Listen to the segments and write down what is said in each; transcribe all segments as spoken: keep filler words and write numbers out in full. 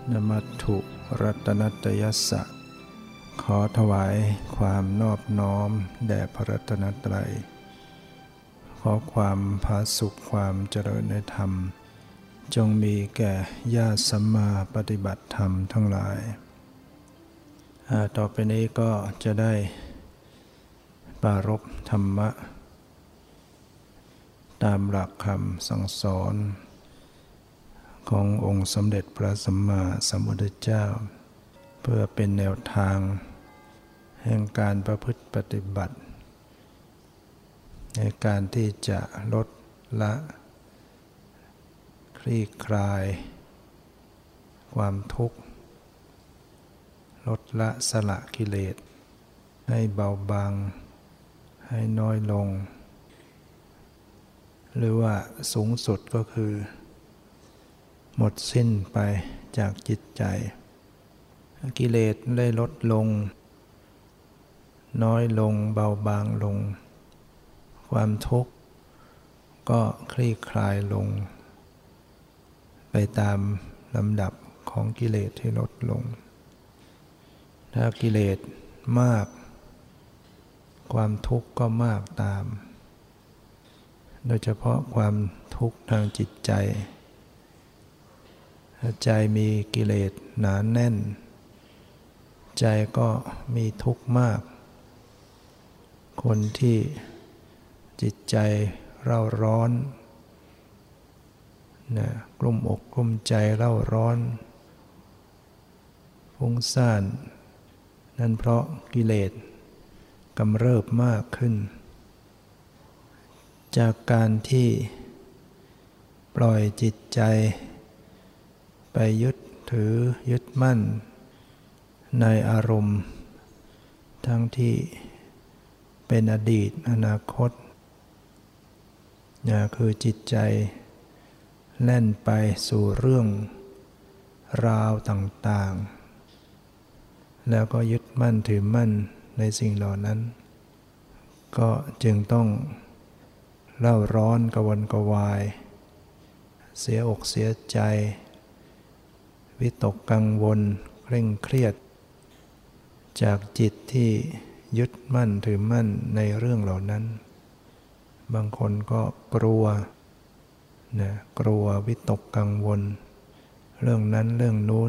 นมัตถุรัตนัตยัสสะขอถวายความนอบน้อมแด่พระรัตนตรัยขอความผาสุขความเจริญในธรรมจงมีแก่ญาติสัมมาปฏิบัติธรรมทั้งหลายต่อไปนี้ก็จะได้ปรารภธรรมะตามหลักคำสั่งสอนขององค์สมเด็จพระสัมมาสัมพุทธเจ้าเพื่อเป็นแนวทางแห่งการประพฤติปฏิบัติในการที่จะลดละคลี่คลายความทุกข์ลดละสละกิเลสให้เบาบางให้น้อยลงหรือว่าสูงสุดก็คือหมดสิ้นไปจากจิตใจกิเลสได้ลดลงน้อยลงเบาบางลงความทุกข์ก็คลี่คลายลงไปตามลำดับของกิเลสที่ลดลงถ้ากิเลสมากความทุกข์ก็มากตามโดยเฉพาะความทุกข์ทางจิตใจถ้าใจมีกิเลสหนาแน่นใจก็มีทุกข์มากคนที่จิตใจเร่าร้อนนะกลุ้มอกกลุ้มใจเร่าร้อนฟุ้งซ่านนั่นเพราะกิเลสกำเริบมากขึ้นจากการที่ปล่อยจิตใจไปยึดถือยึดมั่นในอารมณ์ทั้งที่เป็นอดีตอนาคตนะคือจิตใจแล่นไปสู่เรื่องราวต่างๆแล้วก็ยึดมั่นถือมั่นในสิ่งเหล่านั้นก็จึงต้องเร่าร้อนกระวนกระวายเสียอกเสียใจวิตกกังวลเคร่งเครียดจากจิตที่ยึดมั่นถือมั่นในเรื่องเหล่านั้นบางคนก็กลัวนะกลัววิตกกังวลเรื่องนั้นเรื่องนู้น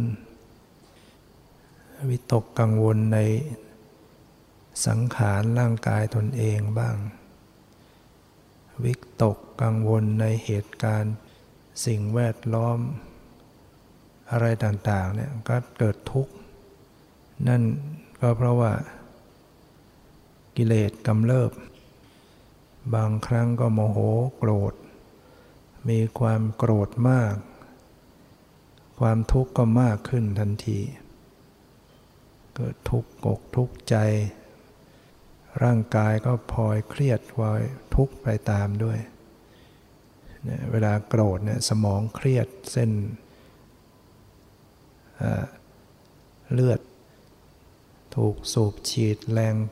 วิตกกังวลในสังขารร่างกายตนเองบ้างวิตกกังวลในเหตุการณ์สิ่งแวดล้อมอะไรต่างๆเนี่ยก็เกิดทุกข์นั่นก็เพราะว่ากิเลสกำเริบบางครั้งก็โมโหโกรธมีความโกรธมากความทุกข์ก็มากขึ้นทันทีเกิดทุกข์อกทุกข์ใจร่างกายก็พลอยเครียดพลอยทุกข์ไปตามด้วยเนี่ยเวลาโกรธเนี่ยสมองเครียดเส้นเลือดถูกสูบฉีดแรง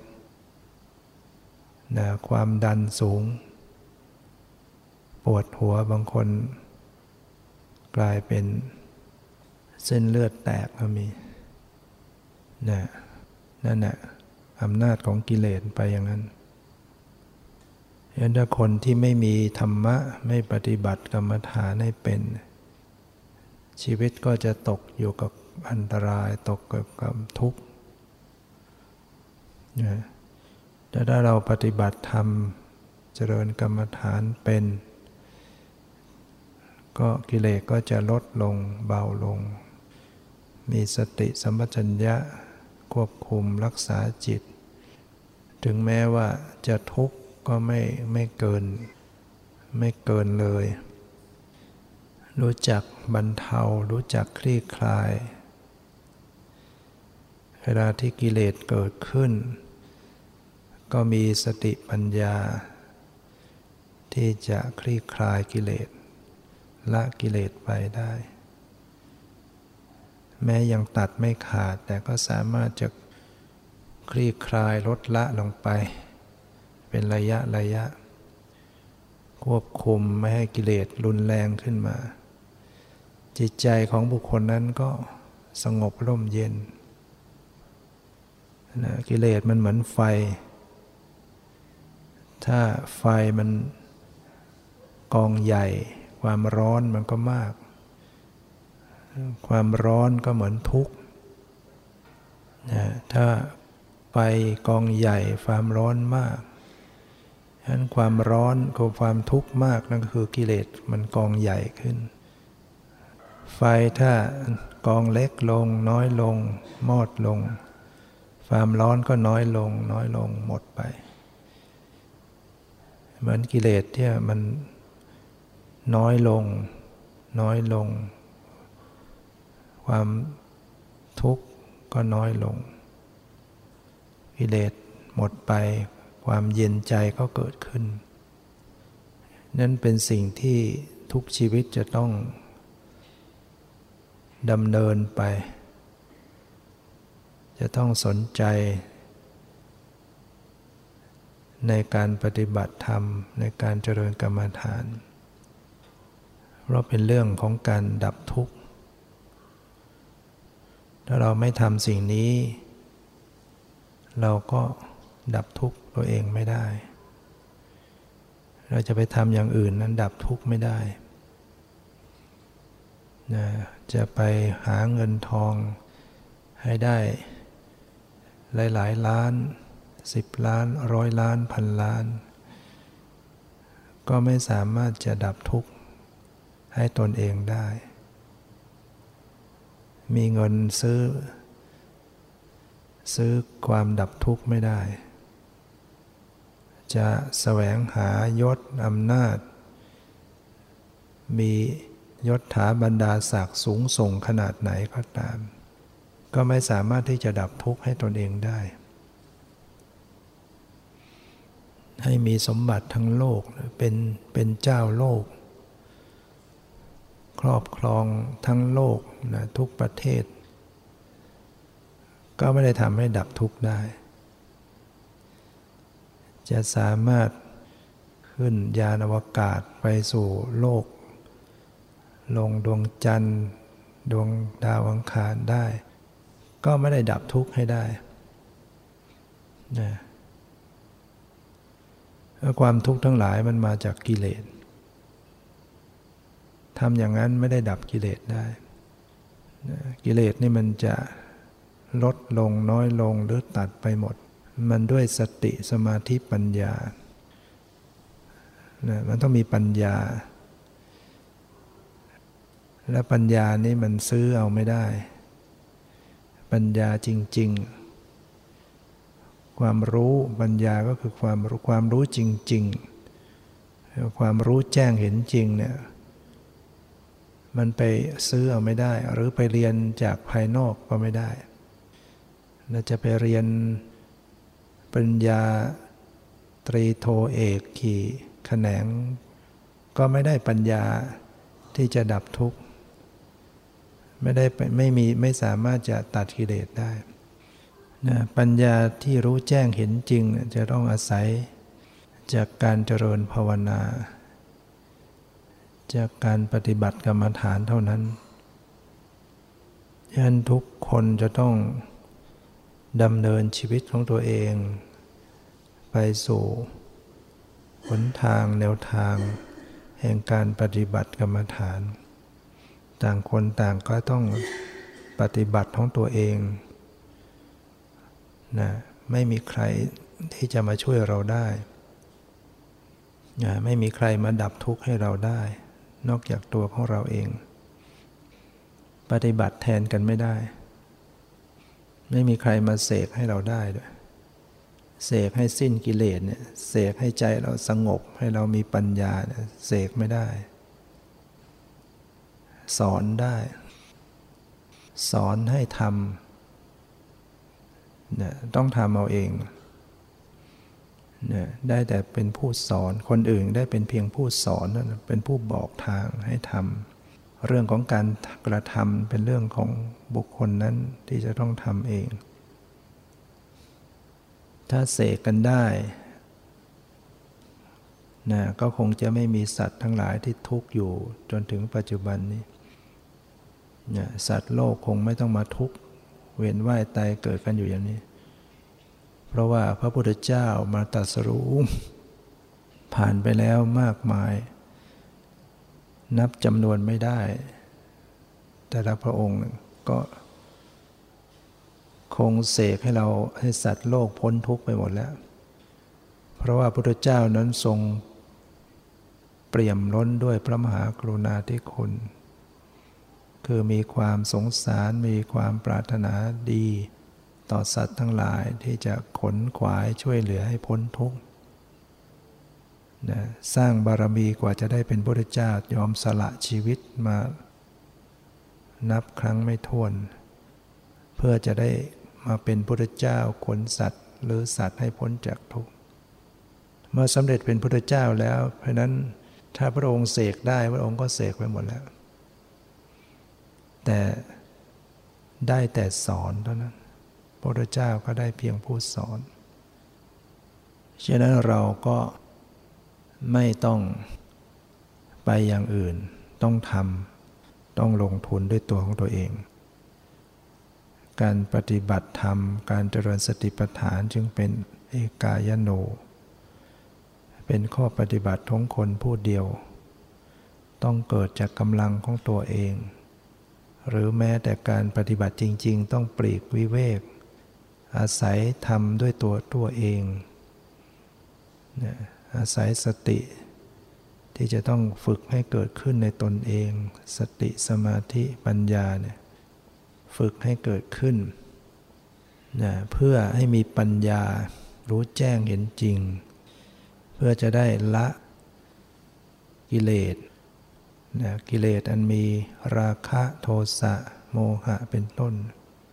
นะความดันสูงปวดหัวบางคนกลายเป็นเส้นเลือดแตกก็มีนะนั่นแหละอำนาจของกิเลสไปอย่างนั้นฉะนั้นถ้าคนที่ไม่มีธรรมะไม่ปฏิบัติกรรมฐานให้เป็นชีวิตก็จะตกอยู่กับอันตรายตกกับความทุกข์นะแต่ถ้าเราปฏิบัติธรรมเจริญกรรมฐานเป็นก็กิเลสก็จะลดลงเบาลงมีสติสัมปชัญญะควบคุมรักษาจิตถึงแม้ว่าจะทุกข์ก็ไม่ไม่เกินไม่เกินเลยรู้จักบรรเทารู้จักคลี่คลายเวลาที่กิเลสเกิดขึ้นก็มีสติปัญญาที่จะคลี่คลายกิเลสละกิเลสไปได้แม้ยังตัดไม่ขาดแต่ก็สามารถจะคลี่คลายลดละลงไปเป็นระยะระยะควบคุมไม่ให้กิเลสรุนแรงขึ้นมาจิตใจของบุคคลนั้นก็สงบร่มเย็นนะกิเลสมันเหมือนไฟถ้าไฟมันกองใหญ่ความร้อนมันก็มากความร้อนก็เหมือนทุกข์นะถ้าไฟกองใหญ่ความร้อนมากฉะนั้นความร้อนกับความทุกข์มากนั่นก็คือกิเลสมันกองใหญ่ขึ้นไฟถ้ากองเล็กลงน้อยลงมอดลงความร้อนก็น้อยลงน้อยลงหมดไปเหมือนกิเลสที่มันน้อยลงน้อยลงความทุกข์ก็น้อยลงกิเลสหมดไปความเย็นใจก็เกิดขึ้นนั่นเป็นสิ่งที่ทุกชีวิตจะต้องดำเนินไปจะต้องสนใจในการปฏิบัติธรรมในการเจริญกรรมฐานเพราะเป็นเรื่องของการดับทุกข์ถ้าเราไม่ทำสิ่งนี้เราก็ดับทุกข์ตัวเองไม่ได้เราจะไปทำอย่างอื่นนั้นดับทุกข์ไม่ได้นะจะไปหาเงินทองให้ได้หลายๆล้านสิบล้านร้อยล้านพันล้านก็ไม่สามารถจะดับทุกข์ให้ตนเองได้มีเงินซื้อซื้อความดับทุกข์ไม่ได้จะแสวงหายศอำนาจมียศถาบรรดาศักดิ์สูงส่งขนาดไหนก็ตามก็ไม่สามารถที่จะดับทุกข์ให้ตนเองได้ให้มีสมบัติทั้งโลกเป็นเป็นเจ้าโลกครอบครองทั้งโลกนะทุกประเทศก็ไม่ได้ทำให้ดับทุกข์ได้จะสามารถขึ้นยานอวกาศไปสู่โลกลงดวงจันทร์ดวงดาวอังคารได้ก็ไม่ได้ดับทุกข์ให้ได้นะความทุกข์ทั้งหลายมันมาจากกิเลสทำอย่างนั้นไม่ได้ดับกิเลสได้นะกิเลสนี่มันจะลดลงน้อยลงหรือตัดไปหมดมันด้วยสติสมาธิปัญญานะมันต้องมีปัญญาและปัญญานี่มันซื้อเอาไม่ได้ปัญญาจริงๆความรู้ปัญญาก็คือความรู้ความรู้จริงๆความรู้แจ้งเห็นจริงเนี่ยมันไปซื้อเอาไม่ได้หรือไปเรียนจากภายนอกก็ไม่ได้เราจะไปเรียนปริญญาตรีโทเอกกี่แขนงก็ไม่ได้ปัญญาที่จะดับทุกข์ไม่ได้ไม่มีไม่สามารถจะตัดกิเลสได้นะปัญญาที่รู้แจ้งเห็นจริงจะต้องอาศัยจากการเจริญภาวนาจากการปฏิบัติกรรมฐานเท่านั้นฉะนั้นทุกคนจะต้องดำเนินชีวิตของตัวเองไปสู่หนทางแนวทางแห่งการปฏิบัติกรรมฐานต่างคนต่างก็ต้องปฏิบัติของตัวเองนะไม่มีใครที่จะมาช่วยเราได้นะไม่มีใครมาดับทุกข์ให้เราได้นอกจากตัวของเราเองปฏิบัติแทนกันไม่ได้ไม่มีใครมาเสกให้เราได้ด้วยเสกให้สิ้นกิเลสเนี่ยเสกให้ใจเราสงบให้เรามีปัญญาเนี่ยเสกไม่ได้สอนได้สอนให้ทำเนี่ยต้องทำเอาเองเนี่ยได้แต่เป็นผู้สอนคนอื่นได้เป็นเพียงผู้สอนนั่นเป็นผู้บอกทางให้ทำเรื่องของการกระทำเป็นเรื่องของบุคคลนั้นที่จะต้องทำเองถ้าเสกกันได้นะก็คงจะไม่มีสัตว์ทั้งหลายที่ทุกข์อยู่จนถึงปัจจุบันนี้เนี่ยสัตว์โลกคงไม่ต้องมาทุกข์เวียนว่ายตายเกิดกันอยู่อย่างนี้เพราะว่าพระพุทธเจ้ามาตรัสรู้ผ่านไปแล้วมากมายนับจำนวนไม่ได้แต่ละพระองค์ก็คงเสกให้เราให้สัตว์โลกพ้นทุกข์ไปหมดแล้วเพราะว่าพระพุทธเจ้านั้นทรงเปี่ยมล้นด้วยพระมหากรุณาธิคุณคือมีความสงสารมีความปรารถนาดีต่อสัตว์ทั้งหลายที่จะขนขวายช่วยเหลือให้พ้นทุกข์นะสร้างบารมีกว่าจะได้เป็นพระพุทธเจ้ายอมสละชีวิตมานับครั้งไม่ถ้วนเพื่อจะได้มาเป็นพระพุทธเจ้าขนสัตว์หรือสัตว์ให้พ้นจากทุกข์เมื่อสำเร็จเป็นพระพุทธเจ้าแล้วเพราะนั้นถ้าพระองค์เสกได้พระองค์ก็เสกไปหมดแล้วแต่ได้แต่สอนเท่านั้นพระพุทธเจ้าก็ได้เพียงผู้สอนฉะนั้นเราก็ไม่ต้องไปอย่างอื่นต้องทำต้องลงทุนด้วยตัวของตัวเองการปฏิบัติธรรมการเจริญสติปัฏฐานจึงเป็นเอกายโนเป็นข้อปฏิบัติของคนผู้เดียวต้องเกิดจากกำลังของตัวเองหรือแม้แต่การปฏิบัติจริงๆต้องปลีกวิเวกอาศัยทำด้วยตัวตัวเองอาศัยสติที่จะต้องฝึกให้เกิดขึ้นในตนเองสติสมาธิปัญญาเนี่ยฝึกให้เกิดขึ้นนะเพื่อให้มีปัญญารู้แจ้งเห็นจริงเพื่อจะได้ละกิเลสนะกิเลสอันมีราคะโทสะโมหะเป็นต้น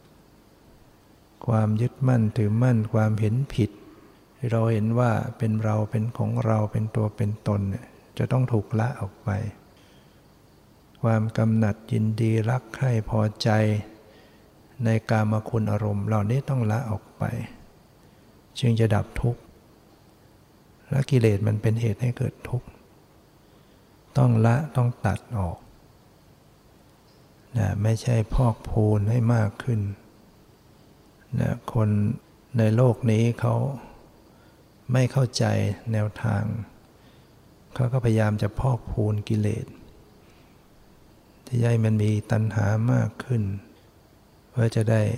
ความยึดมั่นถือมั่นความเห็นผิดที่เราเห็นว่าเป็นเราเป็นของเราเป็นตัวเป็นตนเนี่ยจะต้องถูกละออกไปความกำหนัดยินดีรักใคร่พอใจในกามคุณอารมณ์เหล่านี้ต้องละออกไปจึงจะดับทุกข์และกิเลสมันเป็นเหตุให้เกิดทุกข์ต้องละต้องตัดออกนะไม่ใช่พอกพูนให้มากขึ้นนะคนในโลกนี้เขาไม่เข้าใจแนวทางเขาก็พยายามจะพอกพูนกิเลสที่ให้มันมีตัณหามากขึ้นเพื่อจะได้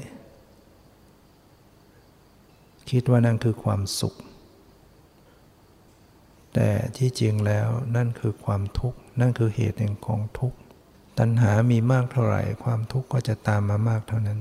คิดว่านั่นคือความสุขแต่ที่จริงแล้วนั่นคือความทุกข์นั่นคือเหตุแห่งของทุกข์ตัณหามีมากเท่าไหร่ความทุกข์ก็จะตามมามากเท่านั้น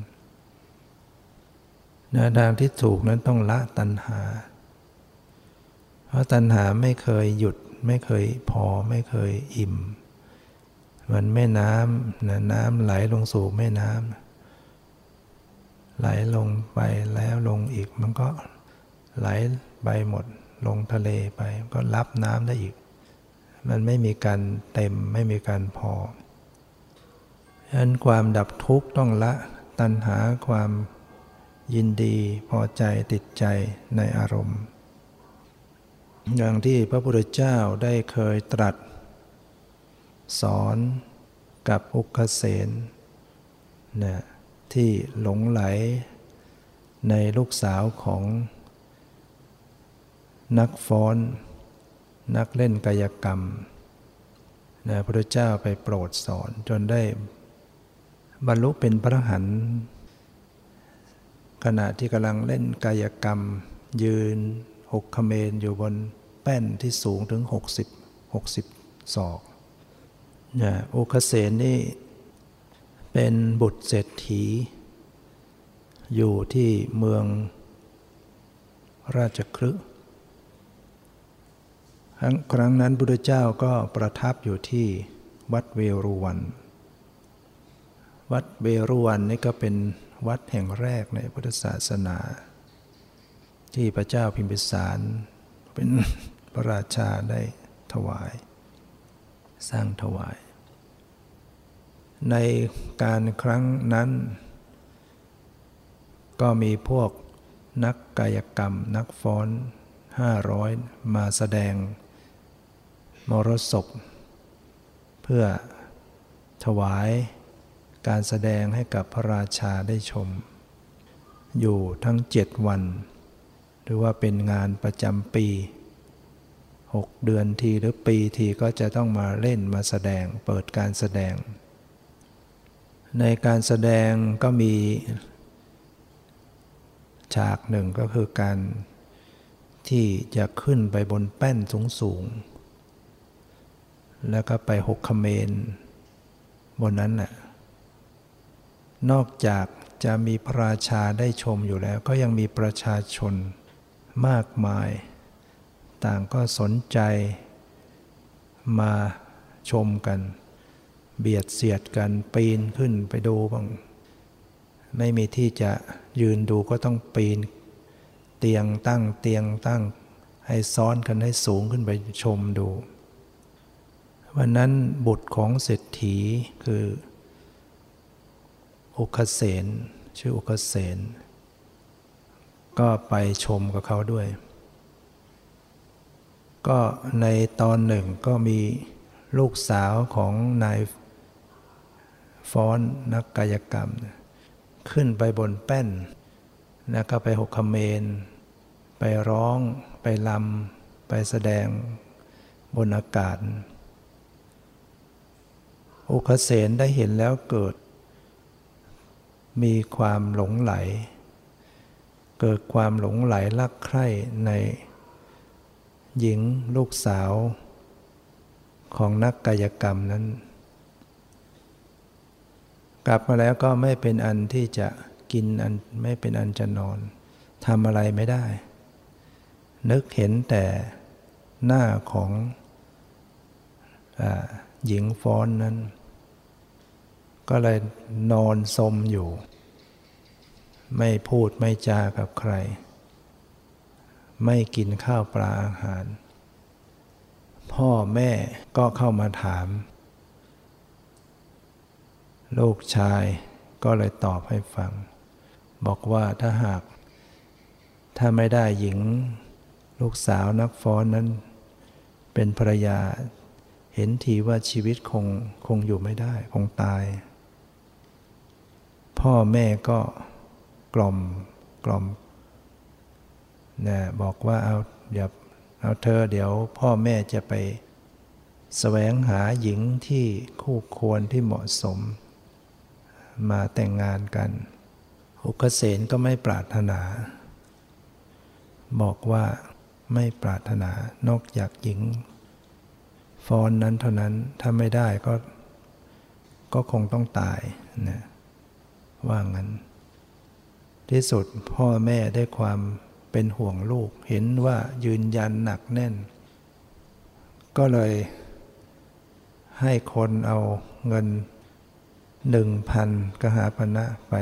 แนวทางที่ถูกนั้นต้องละตัณหาเพราะตัณหาไม่เคยหยุดไม่เคยพอไม่เคยอิ่มเหมือนแม่น้ำนะน้ำไหลลงสู่แม่น้ำไหลลงไปแล้วลงอีกมันก็ไหลไปหมดลงทะเลไปก็รับน้ำได้อีกมันไม่มีการเต็มไม่มีการพอฉะนั้นความดับทุกข์ต้องละตัณหาความยินดีพอใจติดใจในอารมณ์อย่างที่พระพุทธเจ้าได้เคยตรัสสอนกับอุคเสนนะที่หลงไหลในลูกสาวของนักฟ้อนนักเล่นกายกรรมนะพระพุทธเจ้าไปโปรดสอนจนได้บรรลุเป็นพระอรหันต์ขณะที่กำลังเล่นกายกรรมยืนหกเขมรอยู่บนแป้นที่สูงถึงหกสิบ หกสิบศอกนะอุคเสนนี่เป็นบุตรเศรษฐีอยู่ที่เมืองราชคฤห์ครั้งนั้นพระพุทธเจ้าก็ประทับอยู่ที่วัดเวรุวันวัดเวรุวันนี่ก็เป็นวัดแห่งแรกในพุทธศาสนาที่พระเจ้าพิมพิสารเป็นพระราชาได้ถวายสร้างถวายในการครั้งนั้นก็มีพวกนักกายกรรมนักฟ้อนห้าร้อยมาแสดงมรสพเพื่อถวายการแสดงให้กับพระราชาได้ชมอยู่ทั้งเจ็ดวันหรือว่าเป็นงานประจำปีหกเดือนทีหรือปีทีก็จะต้องมาเล่นมาแสดงเปิดการแสดงในการแสดงก็มีฉากหนึ่งก็คือการที่จะขึ้นไปบนแป้นสูงๆแล้วก็ไปหกเขมรบนนั้นน่ะนอกจากจะมีพระราชาได้ชมอยู่แล้วก็ยังมีประชาชนมากมายต่างก็สนใจมาชมกันเบียดเสียดกันปีนขึ้นไปดูบ้างไม่มีที่จะยืนดูก็ต้องปีนเตียงตั้งเตียงตั้งให้ซ้อนกันให้สูงขึ้นไปชมดูวันนั้นบุตรของเศรษฐีคืออุคเสนชื่ออุคเสนก็ไปชมกับเขาด้วยก็ในตอนหนึ่งก็มีลูกสาวของนายฟ้อนนักกายกรรมขึ้นไปบนแป้นแล้วก็ไปหกเขมรไปร้องไปรำไปแสดงบนอากาศอุคเสนได้เห็นแล้วเกิดมีความหลงไหลเกิดความหลงไหลรักใคร่ในหญิงลูกสาวของนักกายกรรมนั้นกลับมาแล้วก็ไม่เป็นอันที่จะกินอันไม่เป็นอันจะนอนทำอะไรไม่ได้นึกเห็นแต่หน้าของอ่าหญิงฟ้อนนั้นก็เลยนอนซมอยู่ไม่พูดไม่จากับใครไม่กินข้าวปลาอาหารพ่อแม่ก็เข้ามาถามลูกชายก็เลยตอบให้ฟังบอกว่าถ้าหากถ้าไม่ได้หญิงลูกสาวนักฟ้อนนั้นเป็นภรรยาเห็นทีว่าชีวิตคงคงอยู่ไม่ได้คงตายพ่อแม่ก็กล่อมกล่อมนะบอกว่าเอาอย่าเอาเธอเดี๋ยวพ่อแม่จะไปแสวงหาหญิงที่คู่ควรที่เหมาะสมมาแต่งงานกันอุคเสนก็ไม่ปรารถนาบอกว่าไม่ปรารถนานอกจากหญิงฟ้อนนั้นเท่านั้นถ้าไม่ได้ก็ก็คงต้องตายนะว่างั้นที่สุดพ่อแม่ได้ความเป็นห่วงลูกเห็นว่ายืนยันหนักแน่นก็เลยให้คนเอาเงินหนึ่งพันกหาปณะไป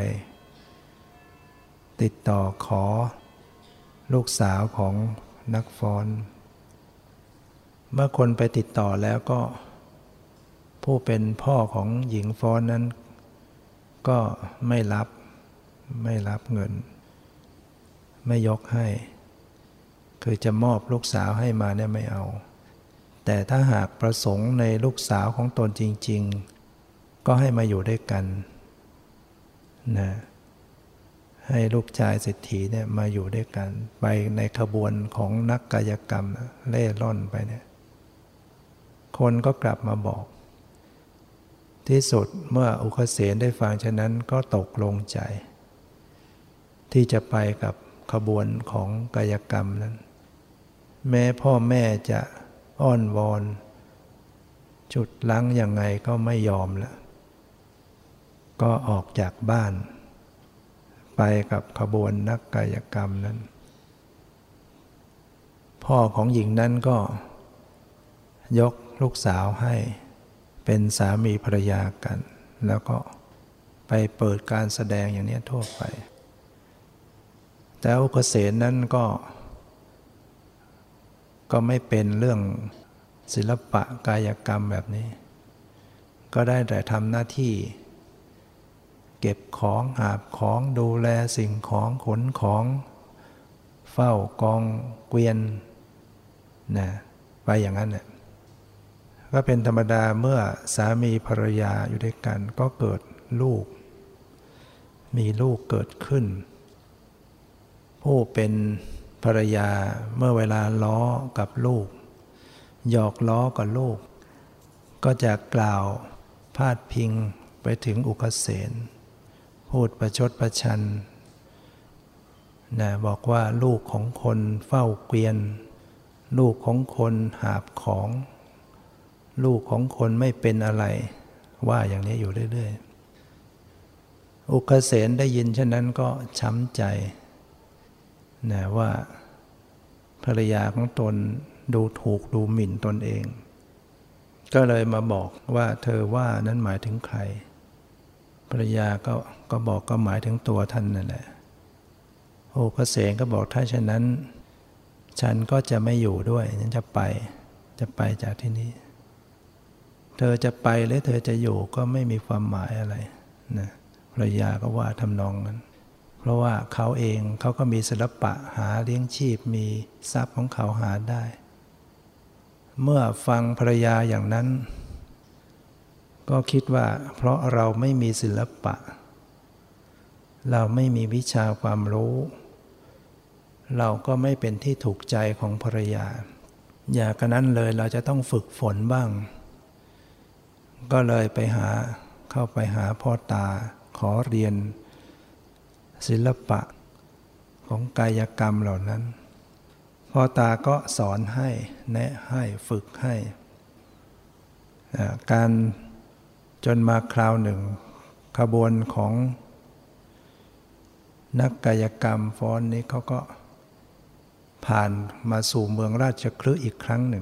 ติดต่อขอลูกสาวของนักฟ้อนเมื่อคนไปติดต่อแล้วก็ผู้เป็นพ่อของหญิงฟ้อนนั้นก็ไม่รับไม่รับเงินไม่ยกให้คือจะมอบลูกสาวให้มาเนี่ยไม่เอาแต่ถ้าหากประสงค์ในลูกสาวของตนจริงๆก็ให้มาอยู่ด้วยกันนะให้ลูกชายเศรษฐีเนี่ยมาอยู่ด้วยกันไปในขบวนของนักกายกรรมเล่ร่อนไปเนี่ยคนก็กลับมาบอกที่สุดเมื่ออุคเสนได้ฟังฉะนั้นก็ตกลงใจที่จะไปกับขบวนของกายกรรมนั้นแม้พ่อแม่จะอ้อนวอนจุดลั้งยังไงก็ไม่ยอมละก็ออกจากบ้านไปกับขบวนนักกายกรรมนั้นพ่อของหญิงนั้นก็ยกลูกสาวให้เป็นสามีภรรยากันแล้วก็ไปเปิดการแสดงอย่างนี้ทั่วไปแต่อุคเสนนั้นก็ก็ไม่เป็นเรื่องศิลปะกายกรรมแบบนี้ก็ได้แต่ทำหน้าที่เก็บของหาบของดูแลสิ่งของขนของเฝ้ากองเกวียนนะไปอย่างนั้นเนี่ยก็เป็นธรรมดาเมื่อสามีภรรยาอยู่ด้วยกันก็เกิดลูกมีลูกเกิดขึ้นผู้เป็นภรรยาเมื่อเวลาล้อกับลูกหยอกล้อกับลูกก็จะกล่าวพาดพิงไปถึงอุคเสนพูดประชดประชันนะบอกว่าลูกของคนเฝ้าเกวียนลูกของคนหาบของลูกของคนไม่เป็นอะไรว่าอย่างนี้อยู่เรื่อยๆอุคเสนได้ยินฉะนั้นก็ช้ำใจนะว่าภรรยาของตนดูถูกดูหมิ่นตนเองก็เลยมาบอกว่าเธอว่านั้นหมายถึงใครภรรยาก็ก็บอกก็หมายถึงตัวท่านนั่นแหละอุคเสนก็บอกถ้าฉะนั้นฉันก็จะไม่อยู่ด้วยฉันจะไปจะไปจากที่นี้เธอจะไปหรือเธอจะอยู่ก็ไม่มีความหมายอะไรนะภรรยาก็ว่าทำนองนั้นเพราะว่าเขาเองเขาก็มีศิลปะหาเลี้ยงชีพมีทรัพย์ของเขาหาได้เมื่อฟังภรรยาอย่างนั้นก็คิดว่าเพราะเราไม่มีศิลปะเราไม่มีวิชาความรู้เราก็ไม่เป็นที่ถูกใจของภรรยาอย่ากระนั้นเลยเราจะต้องฝึกฝนบ้างก็เลยไปหาเข้าไปหาพ่อตาขอเรียนศิลปะของกายกรรมเหล่านั้นพ่อตาก็สอนให้แนะให้ฝึกให้การจนมาคราวหนึ่งขบวนของนักกายกรรมฟ้อนนี้เขาก็ผ่านมาสู่เมืองราชคฤห์อีกครั้งหนึ่ง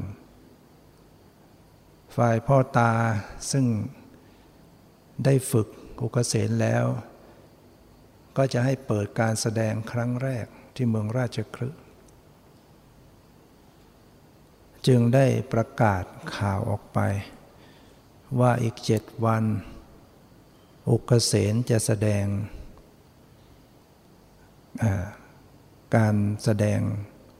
ฝ่ายพ่อตาซึ่งได้ฝึกอุคเสนแล้วก็จะให้เปิดการแสดงครั้งแรกที่เมืองราชคฤห์จึงได้ประกาศข่าวออกไปว่าอีกเจ็ดวันอุคเสนจะแสดงการแสดง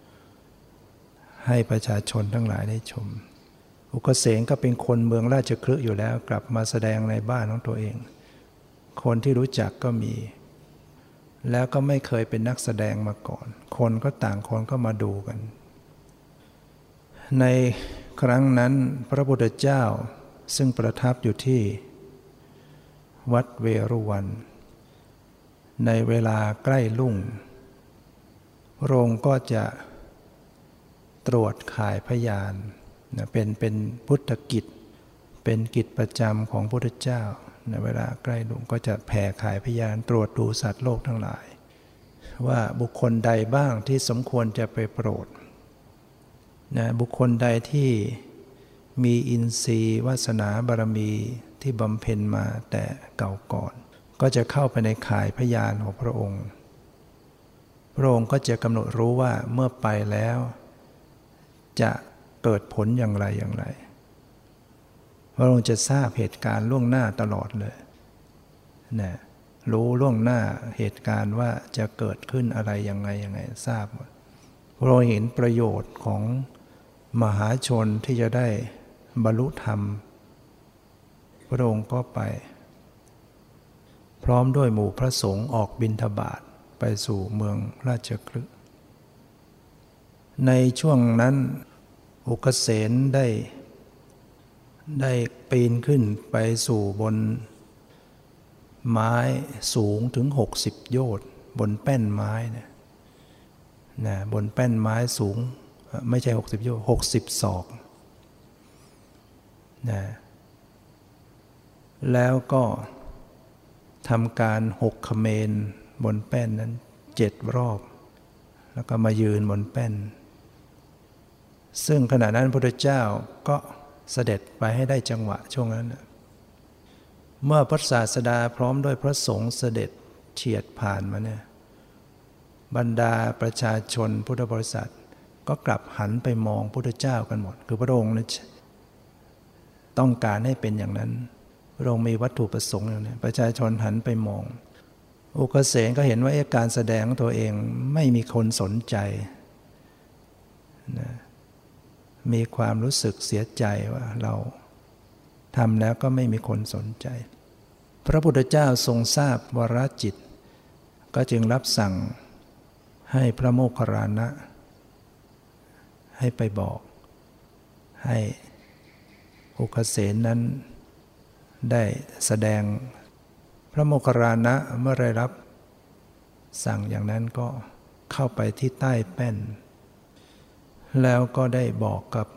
ให้ประชาชนทั้งหลายได้ชมอุคเสนก็เป็นคนเมืองราชคฤห์อยู่แล้วกลับมาแสดงในบ้านของตัวเองคนที่รู้จักก็มีแล้วก็ไม่เคยเป็นนักแสดงมาก่อนคนก็ต่างคนก็มาดูกันในครั้งนั้นพระพุทธเจ้าซึ่งประทับอยู่ที่วัดเวรุวันในเวลาใกล้รุ่งพระองค์ก็จะตรวจข่ายพยานเป็นเป็นพุทธกิจเป็นกิจประจำของพระพุทธเจ้าในเวลาใกล้รุ่งก็จะแผ่ข่ายพยานตรวจดูสัตว์โลกทั้งหลายว่าบุคคลใดบ้างที่สมควรจะไปโปรดนะบุคคลใดที่มีอินทรีย์วาสนาบารมีที่บำเพ็ญมาแต่เก่าก่อนก็จะเข้าไปในข่ายพยานของพระองค์พระองค์ก็จะกำหนดรู้ว่าเมื่อไปแล้วจะเกิดผลอย่างไรอย่างไรพระองค์จะทราบเหตุการณ์ล่วงหน้าตลอดเลยนะรู้ล่วงหน้าเหตุการณ์ว่าจะเกิดขึ้นอะไรยังไงยังไงทราบหมดพระองค์เห็นประโยชน์ของมหาชนที่จะได้บรรลุธรรมพระองค์ก็ไปพร้อมด้วยหมู่พระสงฆ์ออกบิณฑบาตไปสู่เมืองราชคฤห์ในช่วงนั้นอุคเสนได้ได้ปีนขึ้นไปสู่บนไม้สูงถึงหกสิบโยชน์บนแป้นไม้เนี่ยนะบนแป้นไม้สูงไม่ใช่หกสิบโยชน์หกสิบศอกนะแล้วก็ทำการหกเขมรบนแป้นนั้นเจ็ดรอบแล้วก็มายืนบนแป้นซึ่งขณะนั้นพระพุทธเจ้าก็เสด็จไปให้ได้จังหวะช่วงนั้นเมื่อพระศาสดาพร้อมด้วยพระสงฆ์เสด็จเฉียดผ่านมาเนี่ยบรรดาประชาชนพุทธบริษัทก็กลับหันไปมองพระพุทธเจ้ากันหมดคือพระองค์ต้องการให้เป็นอย่างนั้นพระองค์มีวัตถุประสงค์อย่างนี้ประชาชนหันไปมองอุคเสนก็เห็นว่าการแสดงของตัวเองไม่มีคนสนใจนะมีความรู้สึกเสียใจว่าเราทำแล้วก็ไม่มีคนสนใจพระพุทธเจ้าทรงทราบวรจิตก็จึงรับสั่งให้พระโมคคัลลานะให้ไปบอกให้อุคเสนนั้นได้แสดงพระโมคคัลลานะเมื่อได้รับสั่งอย่างนั้นก็เข้าไปที่ใต้แป้นแล้วก็ได้บอกกับ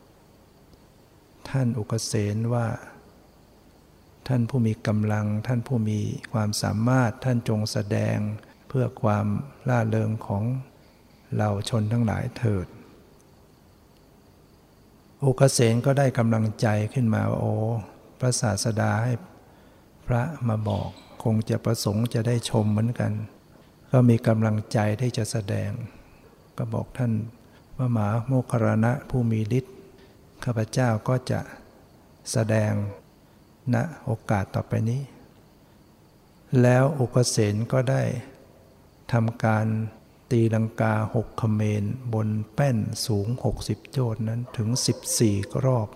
ท่านอุคเสนว่าท่านผู้มีกำลังท่านผู้มีความสามารถท่านจงแสดงเพื่อความล่าเริงของเหล่าชนทั้งหลายเถิดอุคเสนก็ได้กำลังใจขึ้นมาว่าโอ้พระศาสดาให้พระมาบอกคงจะประสงค์จะได้ชมเหมือนกันก็มีกำลังใจที่จะแสดงก็บอกท่านพระมหาโมคคัลลานะผู้มีฤทธิ์ข้าพเจ้าก็จะแสดงณโอกาสต่อไปนี้แล้วอุคเสนก็ได้ทำการตีลังกาหกเขมรบนแป้นสูงหกสิบโยชน์นั้นถึงสิบสี่รอบ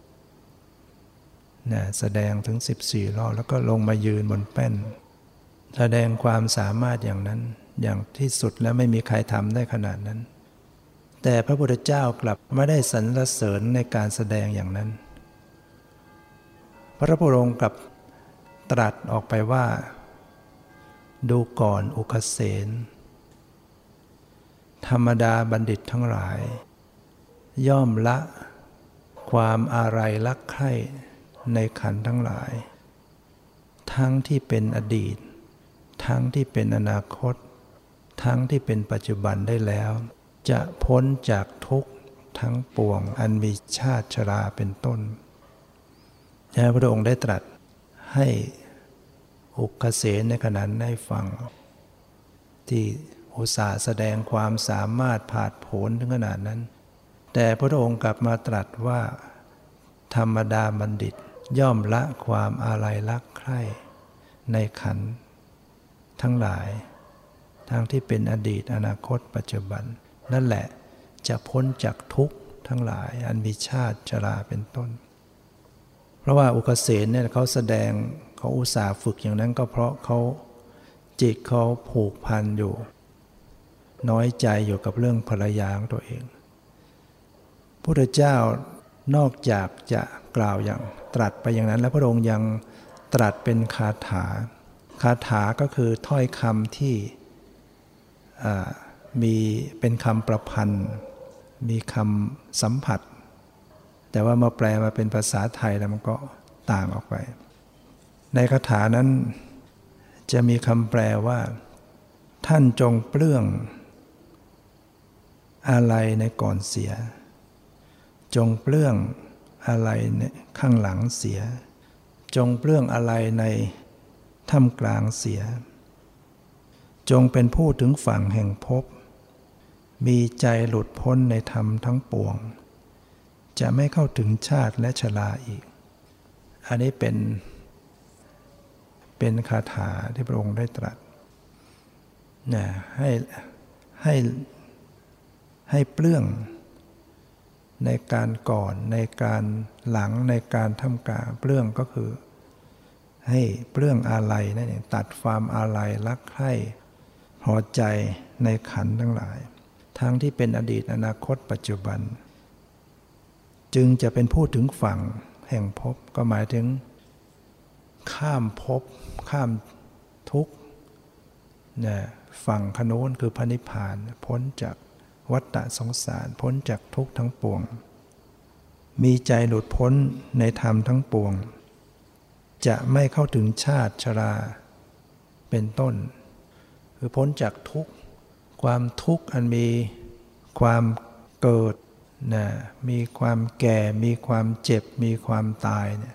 นะแสดงถึงสิบสี่รอบแล้วก็ลงมายืนบนแป้นแสดงความสามารถอย่างนั้นอย่างที่สุดและไม่มีใครทำได้ขนาดนั้นแต่พระพุทธเจ้ากลับไม่ได้สรรเสริญในการแสดงอย่างนั้นพระพุทธองค์กลับตรัสออกไปว่าดูก่อนอุคเสนธรรมดาบัณฑิตทั้งหลายย่อมละความอาลัยรักใคร่ในขันธ์ทั้งหลายทั้งที่เป็นอดีตทั้งที่เป็นอนาคตทั้งที่เป็นปัจจุบันได้แล้วจะพ้นจากทุกข์ทั้งปวงอันมีชาติชราเป็นต้นพระองค์ได้ตรัสให้อุคเสนในขณะนั้นได้ฟังที่อุตส่าห์แสดงความสามารถผาดโผนถึงขนาดนั้นแต่พระองค์กลับมาตรัสว่าธรรมดาบัณฑิตย่อมละความอาลัยรักใคร่ในขันธ์ทั้งหลายทั้งที่เป็นอดีตอนาคตปัจจุบันนั่นแหละจะพ้นจากทุกข์ทั้งหลายอันมีชาติชราเป็นต้นเพราะว่าอุคเสนเนี่ยเขาแสดงเขาอุตส่าห์ฝึกอย่างนั้นก็เพราะเขาจิตเขาผูกพันอยู่น้อยใจอยู่กับเรื่องภรรยาของตัวเองพระพุทธเจ้านอกจากจะกล่าวอย่างตรัสไปอย่างนั้นแล้วพระองค์ยังตรัสเป็นคาถาคาถาก็คือถ้อยคำที่มีเป็นคำประพันธ์มีคำสัมผัสแต่ว่ามาแปลมาเป็นภาษาไทยแล้วมันก็ต่างออกไปในคาถานั้นจะมีคำแปลว่าท่านจงเปลื้องอะไรในก่อนเสียจงเปลื้องอะไรในข้างหลังเสียจงเปลื้องอะไรในท่ามกลางเสียจงเป็นผู้ถึงฝั่งแห่งภพมีใจหลุดพ้นในธรรมทั้งปวงจะไม่เข้าถึงชาติและชราอีกอันนี้เป็นเป็นคาถาที่พระองค์ได้ตรัสนะให้ให้ให้เปลื้องในการก่อนในการหลังในการท่ามกลางเปลื้องก็คือให้เปลื้องอาลัยนั่นเองตัดความอาลัยรักใคร่พอใจในขันธ์ทั้งหลายทั้งที่เป็นอดีตอนาคตปัจจุบันจึงจะเป็นผู้ถึงฝั่งแห่งภพก็หมายถึงข้ามภพข้ามทุกข์เนี่ยฝั่งขโน้นคือพระนิพพานพ้นจากวัฏฏะสงสารพ้นจากทุกข์ทั้งปวงมีใจหลุดพ้นในธรรมทั้งปวงจะไม่เข้าถึงชาติชราเป็นต้นคือพ้นจากทุกข์ความทุกข์อันมีความเกิดนะมีความแก่มีความเจ็บมีความตายเนี่ย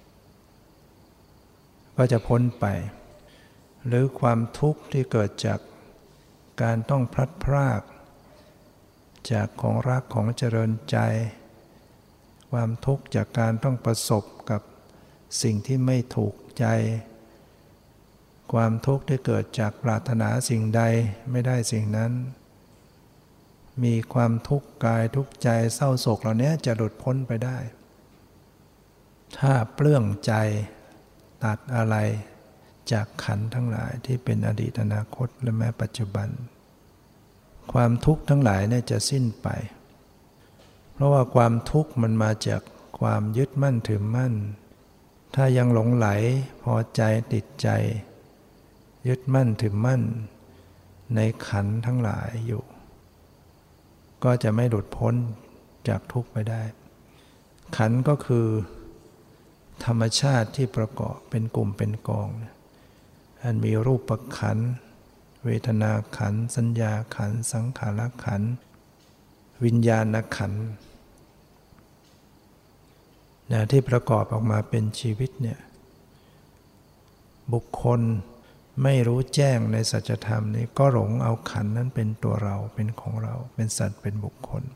ก็จะพ้นไปหรือความทุกข์ที่เกิดจากการต้องพลัดพรากจากของรักของเจริญใจความทุกข์จากการต้องประสบกับสิ่งที่ไม่ถูกใจความทุกข์ที่เกิดจากปรารถนาสิ่งใดไม่ได้สิ่งนั้นมีความทุกข์กายทุกข์ใจเศร้าโศกเหล่านี้จะหลุดพ้นไปได้ถ้าเปลื้องใจอัดอะไรจากขันธ์ทั้งหลายที่เป็นอดีตอนาคตและแม้ปัจจุบันความทุกข์ทั้งหลายเนี่ยจะสิ้นไปเพราะว่าความทุกข์มันมาจากความยึดมั่นถือมั่นถ้ายังหลงไหลพอใจติดใจยึดมั่นถือมั่นในขันธ์ทั้งหลายอยู่ก็จะไม่หลุดพ้นจากทุกข์ไปได้ขันธ์ก็คือธรรมชาติที่ประกอบเป็นกลุ่มเป็นกองอันมีรูปขันธ์เวทนาขันธ์สัญญาขันธ์สังขารขันธ์วิญญาณขันธ์นะที่ประกอบออกมาเป็นชีวิตเนี่ยบุคคลไม่รู้แจ้งในสัจธรรมนี้ก็หลงเอาขันธ์นั้นเป็นตัวเราเป็นของเราเป็นสัตว์เป็นบุคคล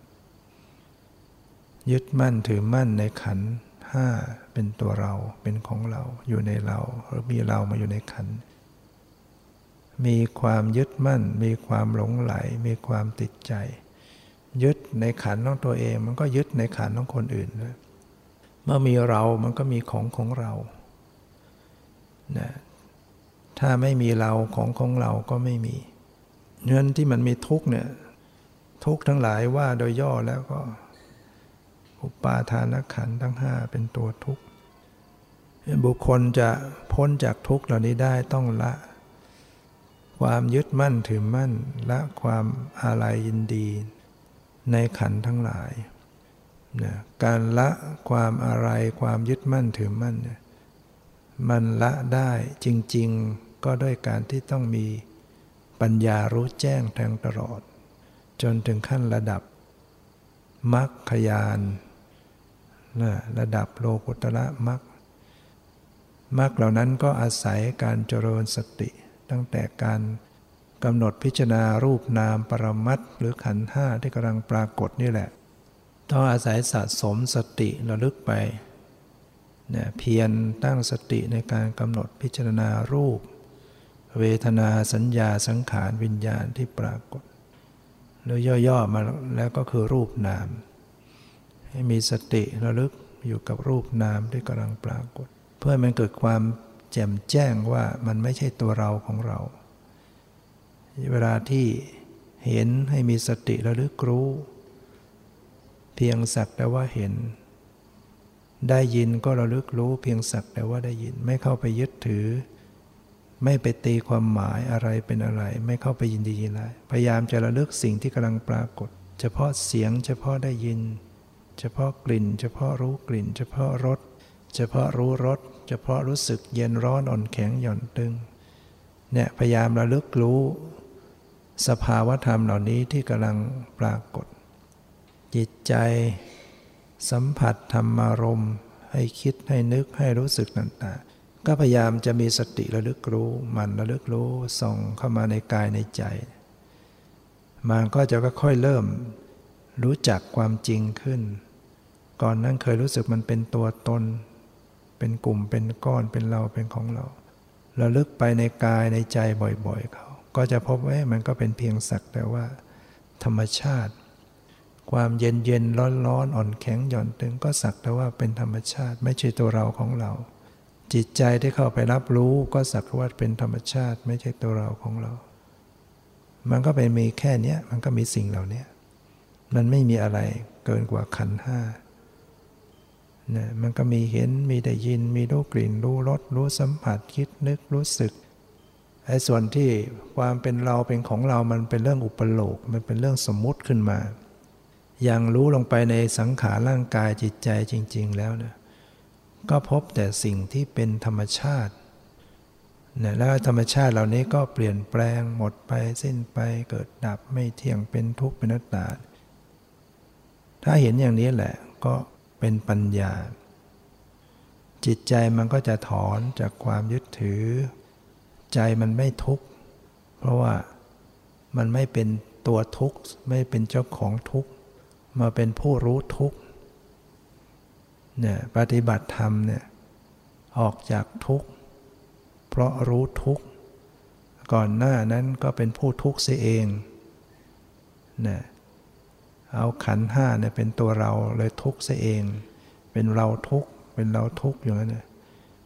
ยึดมั่นถือมั่นในขันธ์ห้าเป็นตัวเราเป็นของเราอยู่ในเราหรือมีเรามาอยู่ในขันธ์มีความยึดมั่นมีความหลงไหลมีความติดใจยึดในขันธ์ของตัวเองมันก็ยึดในขันธ์ของคนอื่นด้วยเมื่อมีเรามันก็มีของของเรานะถ้าไม่มีเราของของเราก็ไม่มีเงินที่มันมีทุกข์เนี่ยทุกข์ทั้งหลายว่าโดยย่อแล้วก็อุปาทานขันธ์ทั้งห้าเป็นตัวทุกข์บุคคลจะพ้นจากทุกข์เหล่านี้ได้ต้องละความยึดมั่นถือมั่นละความอาลัยยินดีในขันธ์ทั้งหลายนะการละความอาลัยความยึดมั่นถือมั่นเนี่ยมันละได้จริงๆก็ด้วยการที่ต้องมีปัญญารู้แจ้งแทงตลอดจนถึงขั้นระดับมรรคญาณนะระดับโลกุตระมรรคมรรคเหล่านั้นก็อาศัยการเจริญสติตั้งแต่การกำหนดพิจารณารูปนามปรมัตถ์หรือขันธ์ห้าที่กำลังปรากฏนี่แหละต้องอาศัยสะสมสติระลึกไปเนี่ยเพียรตั้งสติในการกำหนดพิจารณารูปเวทนาสัญญาสังขารวิญญาณที่ปรากฏหรือย่อๆมาแล้วก็คือรูปนามให้มีสติระลึกอยู่กับรูปนามที่กำลังปรากฏเพื่อให้มันเกิดความแจ่มแจ้งว่ามันไม่ใช่ตัวเราของเราเวลาที่เห็นให้มีสติระลึกรู้เพียงสักแต่ว่าเห็นได้ยินก็ระลึกรู้เพียงสักแต่ว่าได้ยินไม่เข้าไปยึดถือไม่ไปตีความหมายอะไรเป็นอะไรไม่เข้าไปยินดียินร้ายพยายามจะระลึกสิ่งที่กำลังปรากฏเฉพาะเสียงเฉพาะได้ยินเฉพาะกลิ่นเฉพาะรู้กลิ่นเฉพาะรสเฉพาะรู้รสเฉพาะรู้สึกเย็นร้อนอ่อนแข็งหย่อนตึงเนี่ยพยายามระลึกรู้สภาวธรรมเหล่านี้ที่กำลังปรากฏจิตใจสัมผัสธรรมารมณ์ให้คิดให้นึกให้รู้สึกต่างๆก็พยายามจะมีสติระลึกรู้มันระลึกรู้ส่องเข้ามาในกายในใจมันก็จะค่อยๆเริ่มรู้จักความจริงขึ้นก่อนนั้นเคยรู้สึกมันเป็นตัวตนเป็นกลุ่มเป็นก้อนเป็นเราเป็นของเราระลึกไปในกายในใจบ่อยๆเขาก็จะพบว่ามันก็เป็นเพียงสักแต่ว่าธรรมชาติความเย็นเย็นร้อนร้อนอ่อนแข็งหย่อนตึงก็สักแต่ว่าเป็นธรรมชาติไม่ใช่ตัวเราของเราจิตใจที่เข้าไปรับรู้ก็สักว่าเป็นธรรมชาติไม่ใช่ตัวเราของเรามันก็เป็นมีแค่นี้มันก็มีสิ่งเหล่านี้มันไม่มีอะไรเกินกว่าขันธ์ห้าเนี่ยมันก็มีเห็นมีได้ยินมีรู้กลิ่นรู้รสรู้สัมผัสคิดนึกรู้สึกไอ้ส่วนที่ความเป็นเราเป็นของเรามันเป็นเรื่องอุปโลกมันเป็นเรื่องสมมุติขึ้นมาอย่างรู้ลงไปในสังขารร่างกายจิตใจจริงๆแล้วเนี่ยก็พบแต่สิ่งที่เป็นธรรมชาติเนี่ยแล้วธรรมชาติเหล่านี้ก็เปลี่ยนแปลงหมดไปสิ้นไปเกิดดับไม่เที่ยงเป็นทุกข์เป็นอนัตตาถ้าเห็นอย่างนี้แหละก็เป็นปัญญาจิตใจมันก็จะถอนจากความยึดถือใจมันไม่ทุกข์เพราะว่ามันไม่เป็นตัวทุกข์ไม่เป็นเจ้าของทุกข์มาเป็นผู้รู้ทุกข์เนี่ยปฏิบัติธรรมเนี่ยออกจากทุกข์เพราะรู้ทุกข์ก่อนหน้านั้นก็เป็นผู้ทุกข์เสียเองเนี่ยเอาขันธ์ห้าเนี่ยเป็นตัวเราเลยทุกข์เสียเองเป็นเราทุกข์เป็นเราทุกข์อย่างนั้นเนี่ย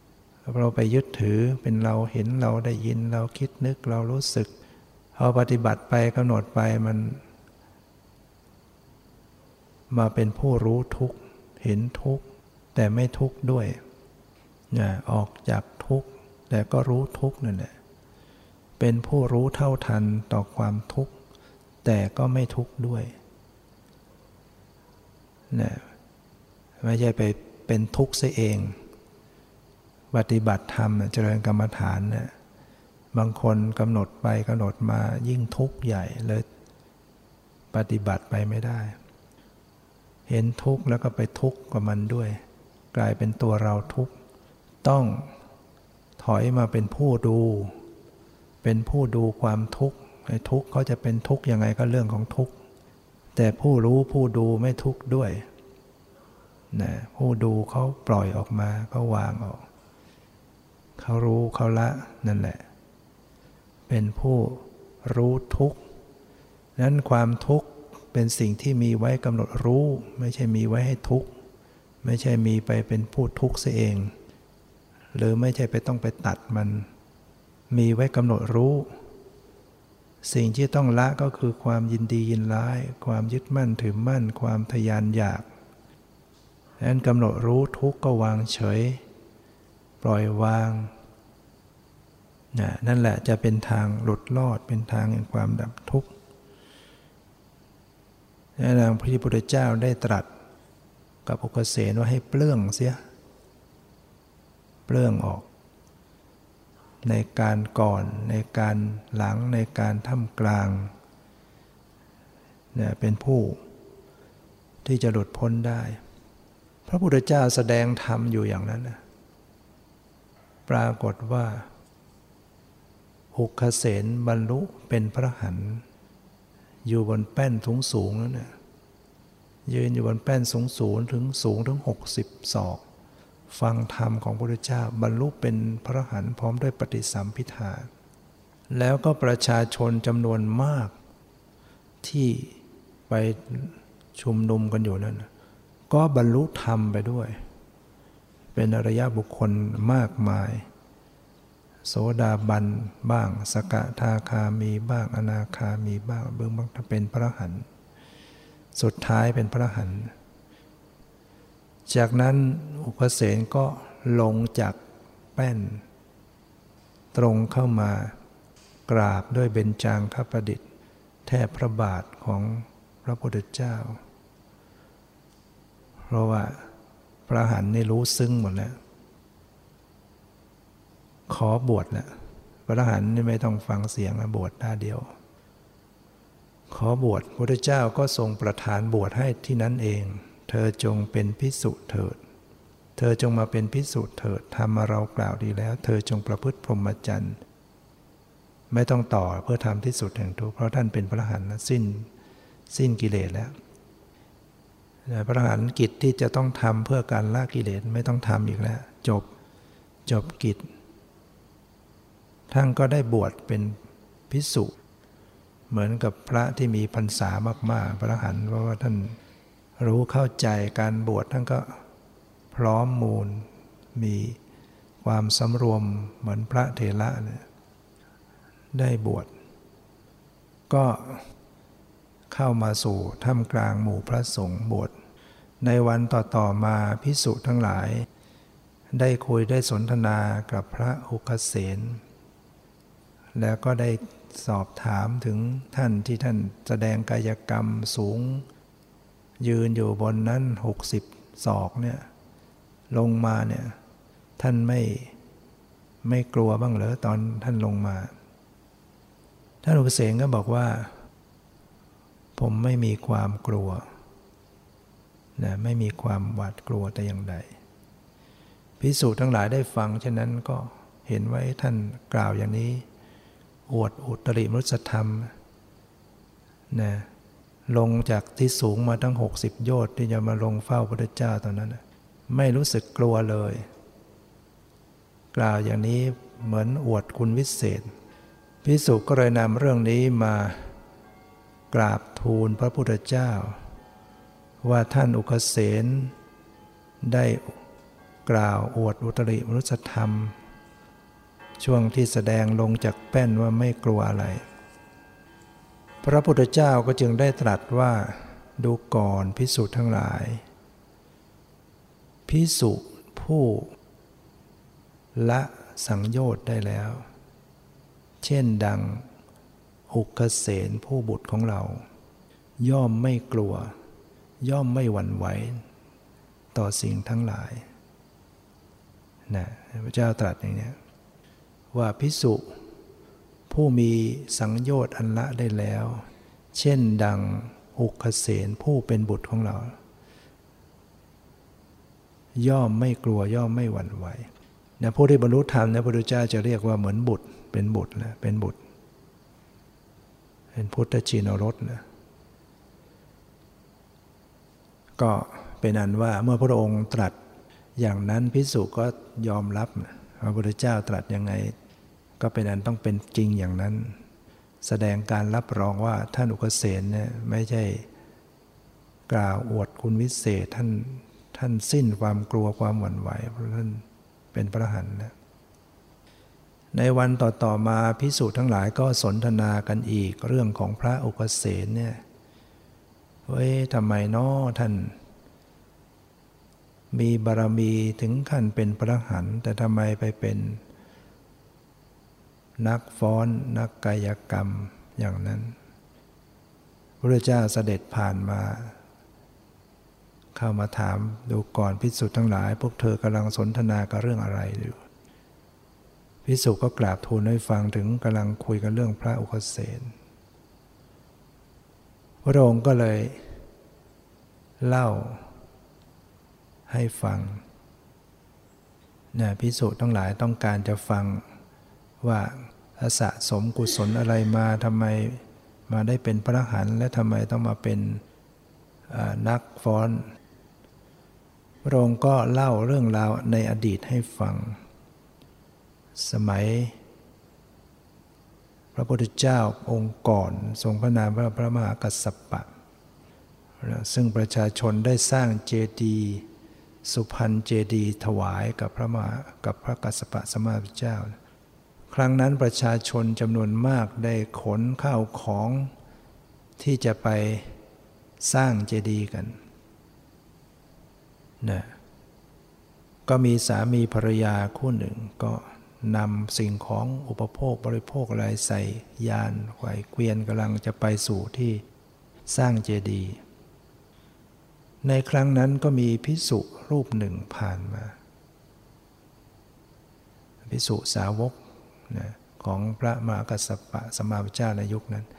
เราไปยึดถือเป็นเราเห็นเราได้ยินเราคิดนึกเรารู้สึกพอปฏิบัติไปกำหนดไปมันมาเป็นผู้รู้ทุกข์เห็นทุกข์แต่ไม่ทุกข์ด้วยนะออกจากทุกข์แต่ก็รู้ทุกข์นั่นแหละเป็นผู้รู้เท่าทันต่อความทุกข์แต่ก็ไม่ทุกข์ด้วยนะไม่ใช่ไปเป็นทุกข์ซะเองปฏิบัติธรรมเจริญกรรมฐานเนี่ยบางคนกำหนดไปกำหนดมายิ่งทุกข์ใหญ่เลยปฏิบัติไปไม่ได้เห็นทุกข์แล้วก็ไปทุกข์กับมันด้วยกลายเป็นตัวเราทุกข์ต้องถอยมาเป็นผู้ดูเป็นผู้ดูความทุกข์ไอ้ทุกข์เขาจะเป็นทุกข์ยังไงก็เรื่องของทุกข์แต่ผู้รู้ผู้ดูไม่ทุกข์ด้วยนะผู้ดูเขาปล่อยออกมาเขาวางออกเขารู้เขาละนั่นแหละเป็นผู้รู้ทุกข์นั้นความทุกข์เป็นสิ่งที่มีไว้กำหนดรู้ไม่ใช่มีไว้ให้ทุกข์ไม่ใช่มีไปเป็นผู้ทุกข์ซะเองหรือไม่ใช่ไปต้องไปตัดมันมีไว้กำหนดรู้สิ่งที่ต้องละก็คือความยินดียินร้ายความยึดมั่นถือมั่นความทยานอยากดังนั้นกำหนดรู้ทุกข์ก็วางเฉยปล่อยวางนั่นแหละจะเป็นทางหลุดรอดเป็นทางแห่งความดับทุกข์และพระพุทธเจ้าได้ตรัสกับอุกเสนว่าให้เปลื้องเสียเปลื้องออกในการก่อนในการหลังในการท่ามกลางเนี่ยเป็นผู้ที่จะหลุดพ้นได้พระพุทธเจ้าแสดงธรรมอยู่อย่างนั้นนะปรากฏว่าอุกเสนบรรลุเป็นพระอรหันต์อยู่บนแป้นสูงสูงนั่นน่ะยืนอยู่บนแป้นสูงสูงถึงสูงถึงหกสิบศอกฟังธรรมของพระพุทธเจ้าบรรลุเป็นพระอรหันต์พร้อมด้วยปฏิสัมภิทาแล้วก็ประชาชนจำนวนมากที่ไปชุมนุมกันอยู่นั่นก็บรรลุธรรมไปด้วยเป็นอริยบุคคลมากมายโสดาบันบ้างสกทาคามีบ้างอนาคามีบ้างเบื้องบางเป็นพระอรหันต์สุดท้ายเป็นพระอรหันต์จากนั้นอุกเสนก็ลงจากแป้นตรงเข้ามากราบด้วยเบญจางคประดิษฐ์แทบพระบาทของพระพุทธเจ้าเพราะว่าพระอรหันต์นี่รู้ซึ้งหมดแล้วขอบวชแล้วพระอรหันต์นี่ไม่ต้องฟังเสียงนะบวชหน้าเดียวขอบวชพระพุทธเจ้าก็ทรงประทานบวชให้ที่นั้นเองเธอจงเป็นภิกษุเถิดเธอจงมาเป็นภิกษุเถิดธรรมเรากล่าวดีแล้วเธอจงประพฤติพรหมจรรย์ไม่ต้องต่อเพื่อทำที่สุดแห่งทุกข์เพราะท่านเป็นพระอรหันต์สิ้นสิ้นกิเลสแล้วพระอรหันต์กิจที่จะต้องทำเพื่อการละกิเลสไม่ต้องทำอีกแล้วจบจบกิจท่านก็ได้บวชเป็นภิกษุเหมือนกับพระที่มีพรรษามากๆพระอรหันต์เพราะว่าท่านรู้เข้าใจการบวชท่านก็พร้อมมูลมีความสำรวมเหมือนพระเถระเนี่ยได้บวชก็เข้ามาสู่ท่ามกลางหมู่พระสงฆ์บวชในวันต่อๆมาภิกษุทั้งหลายได้คุยได้สนทนากับพระอุกเสนแล้วก็ได้สอบถามถึงท่านที่ท่านแสดงกายกรรมสูงยืนอยู่บนนั้นหกสิบศอกเนี่ยลงมาเนี่ยท่านไม่ไม่กลัวบ้างเหรอตอนท่านลงมาท่านอุกเสนก็บอกว่าผมไม่มีความกลัวนะไม่มีความหวาดกลัวแต่อย่างใดภิกษุทั้งหลายได้ฟังฉะนั้นก็เห็นว่าท่านกล่าวอย่างนี้อวดอุตริมนุสธรรมนะลงจากที่สูงมาทั้งหกสิบโยชน์ที่จะมาลงเฝ้าพระพุทธเจ้าตอนนั้นไม่รู้สึกกลัวเลยกล่าวอย่างนี้เหมือนอวดคุณวิเศษภิกษุก็เลยนำเรื่องนี้มากราบทูลพระพุทธเจ้าว่าท่านอุกเสนได้กล่าวอวดอุตริมนุสธรรมช่วงที่แสดงลงจากแป้นว่าไม่กลัวอะไรพระพุทธเจ้าก็จึงได้ตรัสว่าดูก่อนภิกษุทั้งหลายภิกษุผู้ละสังโยชน์ได้แล้วเช่นดังอุกเสนผู้บุตรของเราย่อมไม่กลัวย่อมไม่หวั่นไหวต่อสิ่งทั้งหลายนะพระเจ้าตรัสอย่างนี้ว่าภิกษุผู้มีสังโยชน์อันละได้แล้วเช่นดังอุกเสนผู้เป็นบุตรของเราย่อมไม่กลัวย่อมไม่หวั่นไหวนะผู้ที่บรรลุธรรมนะพระพุทธเจ้าจะเรียกว่าเหมือนบุตรเป็นบุตรนะเป็นบุตรเป็นพุทธชินรสนะก็เป็นอันว่าเมื่อพระองค์ตรัสอย่างนั้นภิกษุก็ยอมรับนะพระพุทธเจ้าตรัสยังไงก็เป็นอันต้องเป็นจริงอย่างนั้นแสดงการรับรองว่าท่านอุกเสนเนี่ยไม่ใช่กล่าวอวดคุณวิเศษท่านท่านสิ้นความกลัวความหวั่นไหวเพราะท่านเป็นพระอรหันต์นะในวันต่อๆมาภิกษุทั้งหลายก็สนทนากันอีกเรื่องของพระอุกเสนเนี่ยเฮ้ยทำไมน้อท่านมีบารมีถึงขั้นเป็นพระอรหันต์แต่ทำไมไปเป็นนักฟ้อนนักกายกรรมอย่างนั้นพระพุทธเจ้าเสด็จผ่านมาเข้ามาถามดูก่อนภิกษุทั้งหลายพวกเธอกำลังสนทนากับเรื่องอะไรอยู่ภิกษุก็กราบทูลให้ฟังถึงกำลังคุยกันเรื่องพระอุกเสนพระองค์ก็เลยเล่าให้ฟังนะภิกษุทั้งหลายต้องการจะฟังว่าสะสมกุศลอะไรมาทำไมมาได้เป็นพระอรหันต์และทำไมต้องมาเป็นนักฟ้อนพระองค์ก็เล่าเรื่องราวในอดีตให้ฟังสมัยพระพุทธเจ้าองค์ก่อนทรงพระนามว่าพระมหากัสสปะซึ่งประชาชนได้สร้างเจดีย์สุพรรณเจดีย์ถวายกับพระมหากับพระกัสสปะสัมมาสัมพุทธเจ้าครั้งนั้นประชาชนจำนวนมากได้ขนข้าวของที่จะไปสร้างเจดีย์กันนะก็มีสามีภรรยาคู่หนึ่งก็นำสิ่งของอุปโภคบริโภคอะไรใส่ยานไขว่เกวียนกำลังจะไปสู่ที่สร้างเจดีย์ในครั้งนั้นก็มีภิกษุรูปหนึ่งผ่านมาภิกษุสาวกนะของพระมหากัสสปะสัมมาสัมพุทธเจ้าในยุคนั้น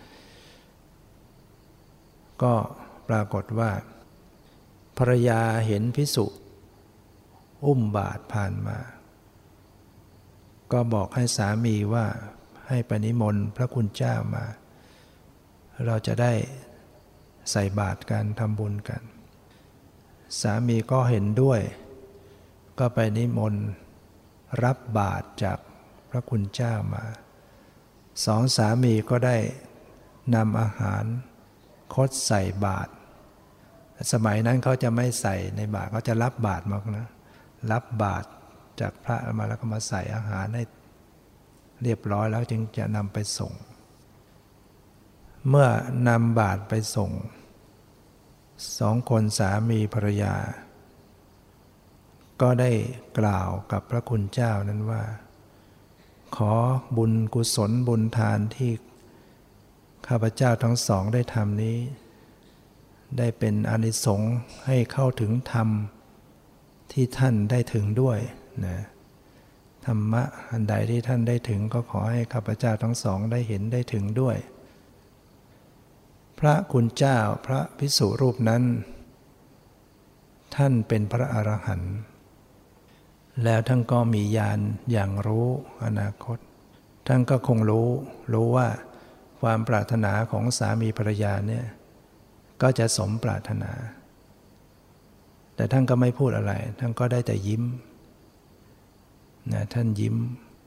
ก็ปรากฏว่าภรรยาเห็นภิกษุอุ้มบาตรผ่านมาก็บอกให้สามีว่าให้ไปนิมนต์พระคุณเจ้ามาเราจะได้ใส่บาตรกันทำบุญกันสามีก็เห็นด้วยก็ไปนิมนต์รับบาตรจากพระคุณเจ้ามาสองสามีก็ได้นำอาหารคดใส่บาตรสมัยนั้นเขาจะไม่ใส่ในบาตรเขาจะรับบาตรมานะรับบาตรจากพระมาแล้วก็มาใส่อาหารให้เรียบร้อยแล้วจึงจะนำไปส่งเมื่อนำบาตรไปส่งสองคนสามีภรรยาก็ได้กล่าวกับพระคุณเจ้านั้นว่าขอบุญกุศลบุญทานที่ข้าพเจ้าทั้งสองได้ทำนี้ได้เป็นอานิสงส์ให้เข้าถึงธรรมที่ท่านได้ถึงด้วยนะธรรมะอันใดที่ท่านได้ถึงก็ขอให้ข้าพเจ้าทั้งสองได้เห็นได้ถึงด้วยพระคุณเจ้าพระภิกษุรูปนั้นท่านเป็นพระอรหันต์แล้วท่านก็มีญาณอย่างรู้อนาคตท่านก็คงรู้รู้ว่าความปรารถนาของสามีภรรยาเนี่ยก็จะสมปรารถนาแต่ท่านก็ไม่พูดอะไรท่านก็ได้แต่ยิ้มนะท่านยิ้ม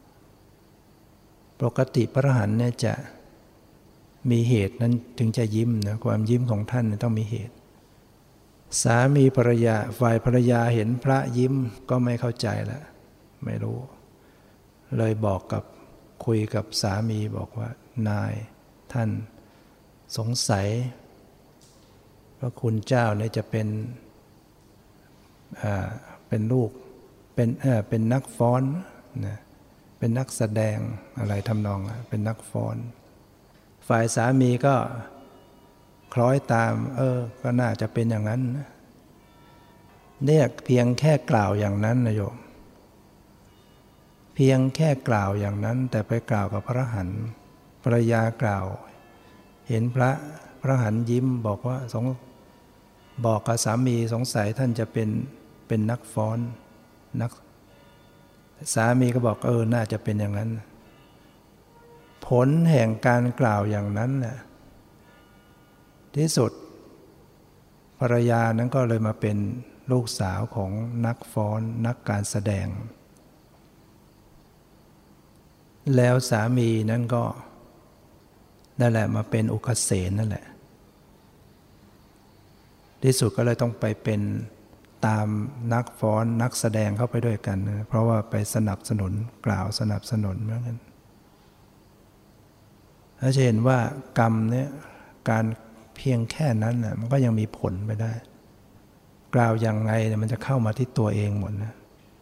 ปกติพระอรหันต์เนี่ยจะมีเหตุนั้นถึงจะยิ้มนะความยิ้มของท่านต้องมีเหตุสามีภรรยาฝ่ายภรรยาเห็นพระยิ้มก็ไม่เข้าใจแล้วไม่รู้เลยบอกกับคุยกับสามีบอกว่านายท่านสงสัยว่าคุณเจ้าเนี่ยจะเป็นอ่าเป็นลูกเป็นเออเป็นนักฟ้อนนะเป็นนักแสดงอะไรทำนองเป็นนักฟ้อนฝ่ายสามีก็คล้อยตามเออก็น่าจะเป็นอย่างนั้นเนี่ยเพียงแค่กล่าวอย่างนั้นนะโยมเพียงแค่กล่าวอย่างนั้นแต่ไปกล่าวกับพระหันภรรยากล่าวเห็นพระพระหันยิ้มบอกว่าสงบอกกับสามีสงสัยท่านจะเป็นเป็นนักฟ้อนนักสามีก็บอกเออน่าจะเป็นอย่างนั้นผลแห่งการกล่าวอย่างนั้นน่ะที่สุดภรรยานั้นก็เลยมาเป็นลูกสาวของนักฟ้อนนักการแสดงแล้วสามีนั้นก็นั่นแหละมาเป็นอุคเสนนั่นแหละที่สุดก็เลยต้องไปเป็นตามนักฟ้อนนักแสดงเข้าไปด้วยกันนะเพราะว่าไปสนับสนุนกล่าวสนับสนุนเหมือนกันถ้าจะเห็นว่ากรรมเนี่ยการเพียงแค่นั้นนะมันก็ยังมีผลไปได้กล่าวอย่างไงเนี่ยมันจะเข้ามาที่ตัวเองหมดนะ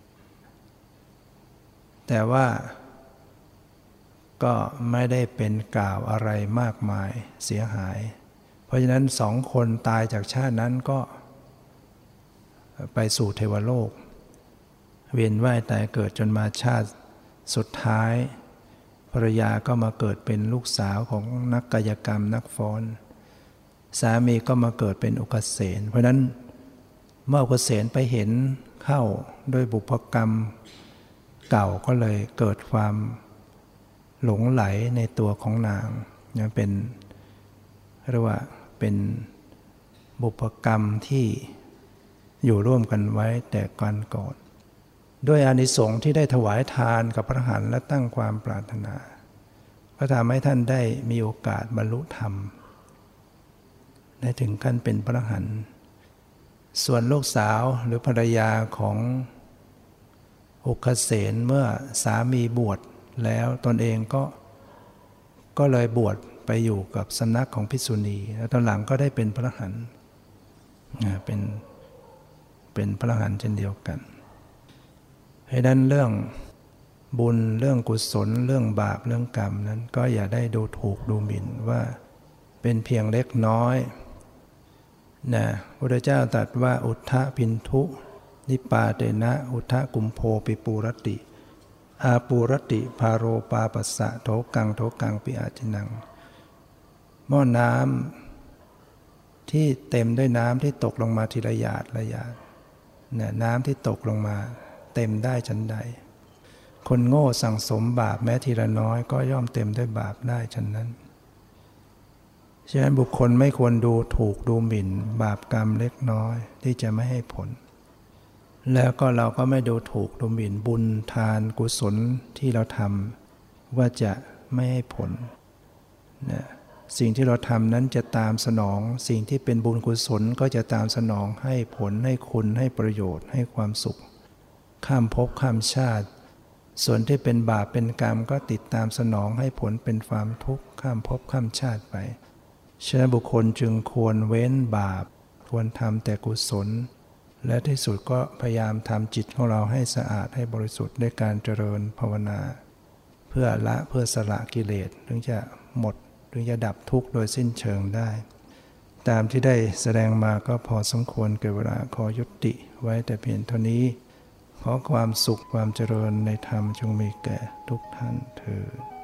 แต่ว่าก็ไม่ได้เป็นกล่าวอะไรมากมายเสียหายเพราะฉะนั้นสองคนตายจากชาตินั้นก็ไปสู่เทวโลกเวียนว่ายตายเกิดจนมาชาติสุดท้ายภรรยาก็มาเกิดเป็นลูกสาวของนักกายกรรมนักฟ้อนสามีก็มาเกิดเป็นอุคเสนเพราะฉะนั้นเมื่ออุคเสนไปเห็นเข้าด้วยบุพกรรมเก่าก็เลยเกิดความหลงไหลในตัวของนางเนี่ยเป็นเรียกว่าเป็นบุพกรรมที่อยู่ร่วมกันไว้แต่ก่อนก่อนด้วยอานิสงส์ที่ได้ถวายทานกับพระหันและตั้งความปรารถนาก็ทำให้ท่านได้มีโอกาสบรรลุธรรมได้ถึงขั้นเป็นพระหันส่วนลูกสาวหรือภรรยาของอุคเสนเมื่อสามีบวชแล้วตนเองก็ก็เลยบวชไปอยู่กับสำนักของภิกษุณีแล้วตอนหลังก็ได้เป็นพระหันเป็นเป็นพระหันเช่นเดียวกันให้นั้นเรื่องบุญเรื่องกุศลเรื่องบาปเรื่องกรรมนั้นก็อย่าได้ดูถูกดูหมิ่นว่าเป็นเพียงเล็กน้อยนะพระพุทธเจ้าตรัสว่าอุทธพินทุนิปาเตนะอุทธกุมโภปิปูรติอาปูรติภาโรปาปัสสะโถกังโถกังปิอาจินังหม้อน้ำที่เต็มด้วยน้ำที่ตกลงมาทีละหยาดละหยาดเนี่ยน้ำที่ตกลงมาเต็มได้ฉันใดคนโง่สั่งสมบาปแม้ทีละน้อยก็ย่อมเต็มด้วยบาปได้ฉันนั้นฉะนั้นบุคคลไม่ควรดูถูกดูหมิ่นบาปกรรมเล็กน้อยที่จะไม่ให้ผลแล้วก็เราก็ไม่ดูถูกดูหมิ่นบุญทานกุศลที่เราทำว่าจะไม่ให้ผลนะสิ่งที่เราทำนั้นจะตามสนองสิ่งที่เป็นบุญกุศลก็จะตามสนองให้ผลให้คุณให้ประโยชน์ให้ความสุขข้ามภพข้ามชาติส่วนที่เป็นบาปเป็นกรรมก็ติดตามสนองให้ผลเป็นความทุกข์ข้ามภพข้ามชาติไปฉะนั้นบุคคลจึงควรเว้นบาปควรทำแต่กุศลและที่สุดก็พยายามทำจิตของเราให้สะอาดให้บริสุทธิ์ด้วยการเจริญภาวนาเพื่อละเพื่อสละกิเลสถึงจะหมดถึงจะดับทุกข์โดยสิ้นเชิงได้ตามที่ได้แสดงมาก็พอสมควรแก่เวลาขอยุติไว้แต่เพียงเท่านี้ขอความสุขความเจริญในธรรมจงมีแก่ทุกท่านเทอญ